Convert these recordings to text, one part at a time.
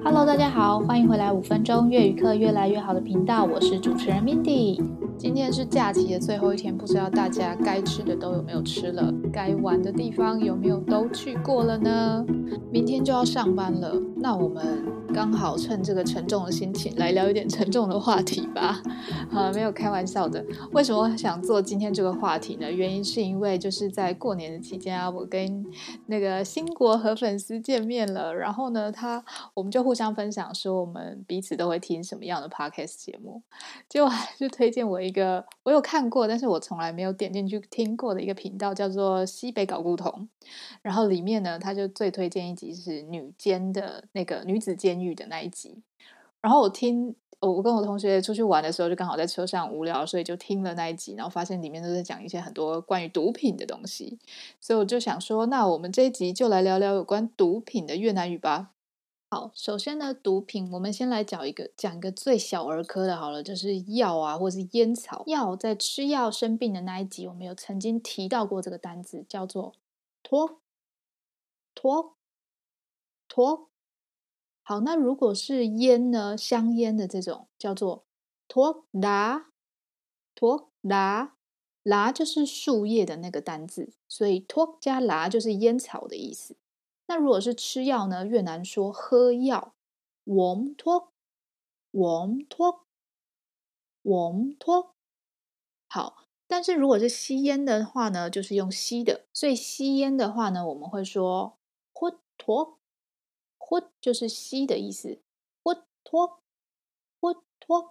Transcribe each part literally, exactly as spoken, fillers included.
Hello，大家好，欢迎回来五分钟粤语课越来越好的频道，我是主持人 Mindy。今天是假期的最后一天，不知道大家该吃的都有没有吃了，该玩的地方有没有都去过了呢？明天就要上班了，那我们刚好趁这个沉重的心情来聊一点沉重的话题吧。啊，没有开玩笑的。为什么想做今天这个话题呢？原因是因为就是在过年的期间啊，我跟那个新国和粉丝见面了，然后呢，他我们就互相分享说我们彼此都会听什么样的 podcast 节目，结果就推荐我一个我有看过，但是我从来没有点进去听过的一个频道，叫做西北搞故同。然后里面呢，他就最推荐一集是女监的那个女子监狱的那一集。然后我听我跟我同学出去玩的时候，就刚好在车上无聊，所以就听了那一集，然后发现里面都在讲一些很多关于毒品的东西，所以我就想说，那我们这一集就来聊聊有关毒品的越南语吧。好，首先呢，毒品我们先来讲一个讲一个最小儿科的好了，就是药啊，或是烟草。药在吃药生病的那一集，我们有曾经提到过这个单字，叫做托托托。好，那如果是烟呢，香烟的这种叫做托拉托拉，拉就是树叶的那个单字，所以托加拉就是烟草的意思。那如果是吃药呢，越南说喝药，uống thuốc，uống thuốc，uống thuốc。好，但是如果是吸烟的话呢，就是用吸的，所以吸烟的话呢，我们会说 hút thuốc，hút 就是吸的意思，hút thuốc，hút thuốc。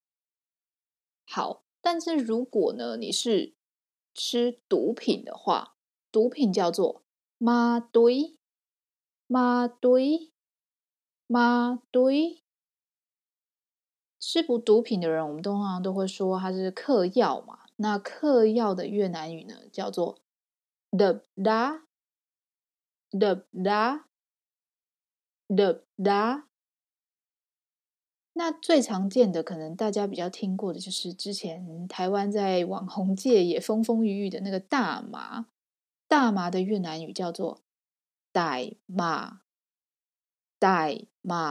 好，但是如果呢，你是吃毒品的话，毒品叫做 ma túy，ma túy，ma túy。吃不毒品的人，我们通常都会说他是嗑药嘛。那嗑药的越南语呢，叫做 đập đá，đập đá，đập đá。那最常见的，可能大家比较听过的，就是之前台湾在网红界也风风雨雨的那个大麻。大麻的越南语叫做 đại ma，đại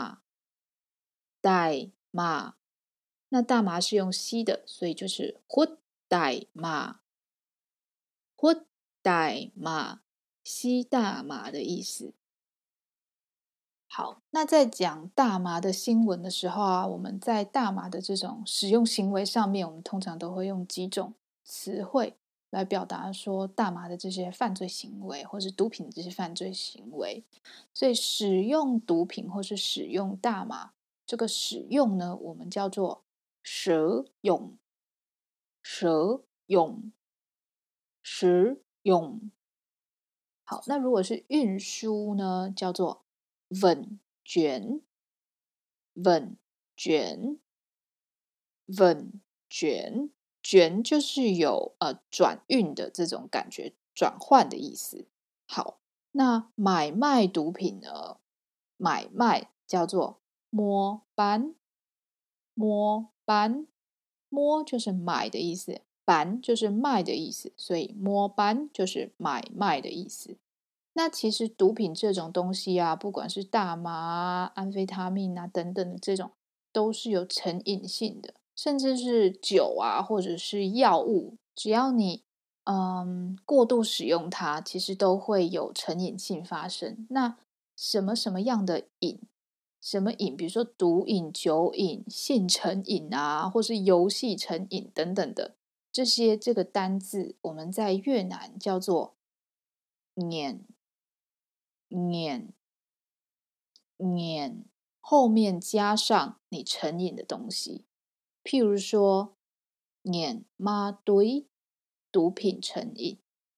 ma，đại ma。那大麻是用吸的，所以就是 hút đại ma，hút đại ma，吸大麻的意思。好，那在讲大麻的新闻的时候啊，我们在大麻的这种使用行为上面，我们通常都会用几种词汇来表达说大麻的这些犯罪行为，或是毒品的这些犯罪行为。所以使用毒品或是使用大麻，这个使用呢，我们叫做使用，使用，使用。好，那如果是运输呢，叫做vận chuyển，vận chuyển，vận chuyển，卷就是有呃转运的这种感觉，转换的意思。好，那买卖毒品呢，买卖叫做摸bán，摸bán，摸就是买的意思，bán就是卖的意思，所以摸bán就是买卖的意思。那其实毒品这种东西啊，不管是大麻啊、安非他命啊等等的这种，都是有成瘾性的，甚至是酒啊，或者是药物，只要你嗯过度使用它，其实都会有成瘾性发生。那什么什么样的瘾？什么瘾？比如说毒瘾、酒瘾、性成瘾啊，或是游戏成瘾等等的，这些这个单字，我们在越南叫做念念念，后面加上你成瘾的东西，譬如说念 ma túy，毒品成瘾；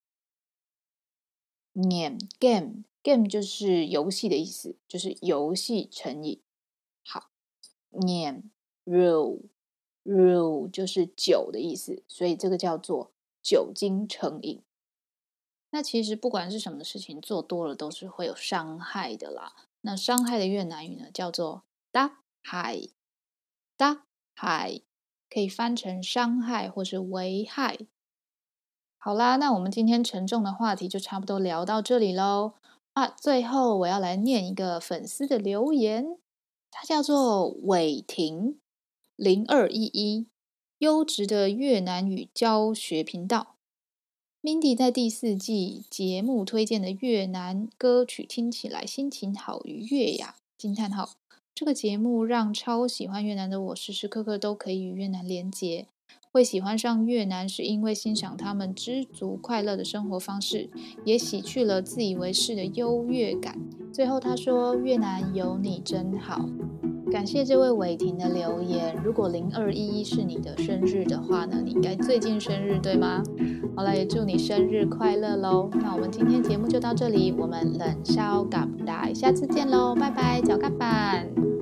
念 game，game 就是游戏的意思，就是游戏成瘾。好，念 rượu，rượu 就是酒的意思，所以这个叫做酒精成瘾。那其实不管是什么事情做多了，都是会有伤害的啦。那伤害的越南语呢，叫做 tác hại，tác hại 可以翻成伤害或是危害。好啦，那我们今天沉重的话题就差不多聊到这里喽。啊，最后我要来念一个粉丝的留言。 它叫做伟霆零二一一，优质的越南语教学频道。Mindy 在第四季节目推荐的越南歌曲听起来心情好愉悦呀！惊叹号！这个节目让超喜欢越南的我时时刻刻都可以与越南连结。会喜欢上越南是因为欣赏他们知足快乐的生活方式，也洗去了自以为是的优越感。最后他说：“越南有你真好。”感谢这位伟霆的留言。如果零二一一是你的生日的话呢，你应该最近生日对吗？好了，也祝你生日快乐咯。那我们今天节目就到这里，我们冷烧港台，下次见咯，拜拜，脚干板。